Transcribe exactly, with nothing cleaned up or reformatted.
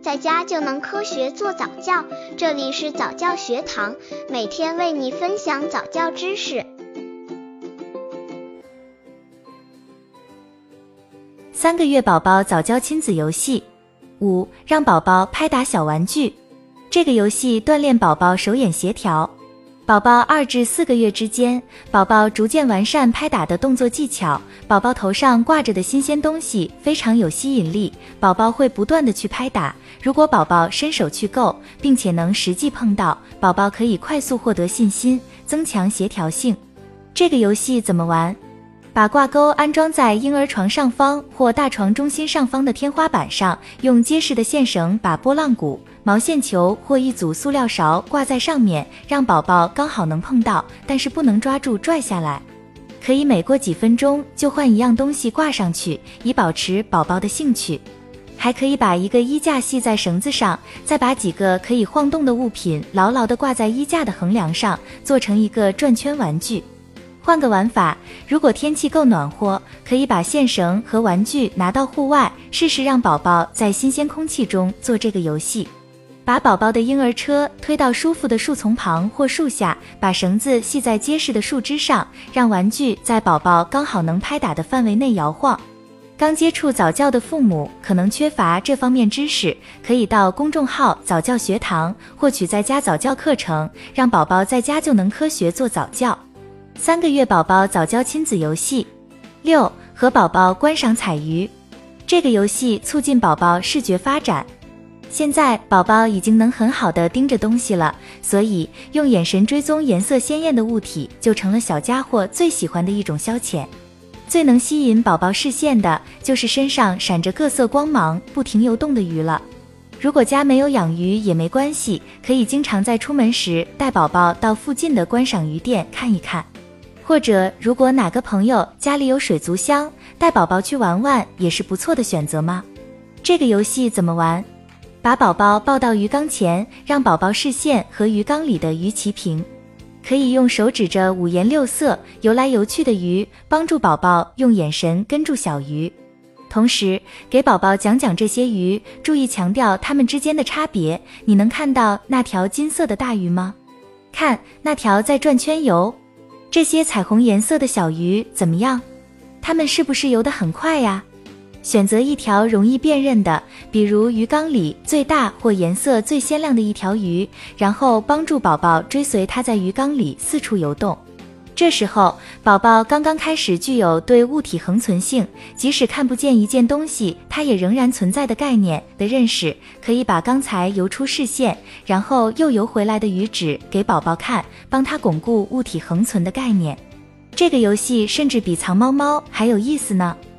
在家就能科学做早教。这里是早教学堂，每天为你分享早教知识。 三个月宝宝早教亲子游戏。五、让宝宝拍打小玩具。这个游戏锻炼宝宝手眼协调。宝宝二至四个月之间，宝宝逐渐完善拍打的动作技巧，宝宝头上挂着的新鲜东西非常有吸引力，宝宝会不断的去拍打。如果宝宝伸手去够，并且能实际碰到，宝宝可以快速获得信心，增强协调性。这个游戏怎么玩？把挂钩安装在婴儿床上方或大床中心上方的天花板上，用结实的线绳把拨浪鼓、毛线球或一组塑料勺挂在上面，让宝宝刚好能碰到，但是不能抓住拽下来。可以每过几分钟就换一样东西挂上去，以保持宝宝的兴趣。还可以把一个衣架系在绳子上，再把几个可以晃动的物品牢牢地挂在衣架的横梁上，做成一个转圈玩具。换个玩法，如果天气够暖和，可以把线绳和玩具拿到户外，试试让宝宝在新鲜空气中做这个游戏。把宝宝的婴儿车推到舒服的树丛旁或树下，把绳子系在结实的树枝上，让玩具在宝宝刚好能拍打的范围内摇晃。刚接触早教的父母可能缺乏这方面知识，可以到公众号早教学堂获取在家早教课程，让宝宝在家就能科学做早教。三个月宝宝早教亲子游戏。六、和宝宝观赏彩鱼。这个游戏促进宝宝视觉发展。现在宝宝已经能很好的盯着东西了，所以用眼神追踪颜色鲜艳的物体就成了小家伙最喜欢的一种消遣。最能吸引宝宝视线的就是身上闪着各色光芒、不停游动的鱼了。如果家没有养鱼也没关系，可以经常在出门时带宝宝到附近的观赏鱼店看一看。或者如果哪个朋友家里有水族箱，带宝宝去玩玩也是不错的选择吗？这个游戏怎么玩？把宝宝抱到鱼缸前，让宝宝视线和鱼缸里的鱼齐平。可以用手指着五颜六色、游来游去的鱼，帮助宝宝用眼神跟住小鱼。同时给宝宝讲讲这些鱼，注意强调它们之间的差别。你能看到那条金色的大鱼吗？看，那条在转圈游。这些彩虹颜色的小鱼怎么样？它们是不是游得很快呀？选择一条容易辨认的，比如鱼缸里最大或颜色最鲜亮的一条鱼，然后帮助宝宝追随它在鱼缸里四处游动。这时候宝宝刚刚开始具有对物体恒存性，即使看不见一件东西它也仍然存在的概念的认识，可以把刚才游出视线然后又游回来的鱼指给宝宝看，帮他巩固物体恒存的概念。这个游戏甚至比藏猫猫还有意思呢。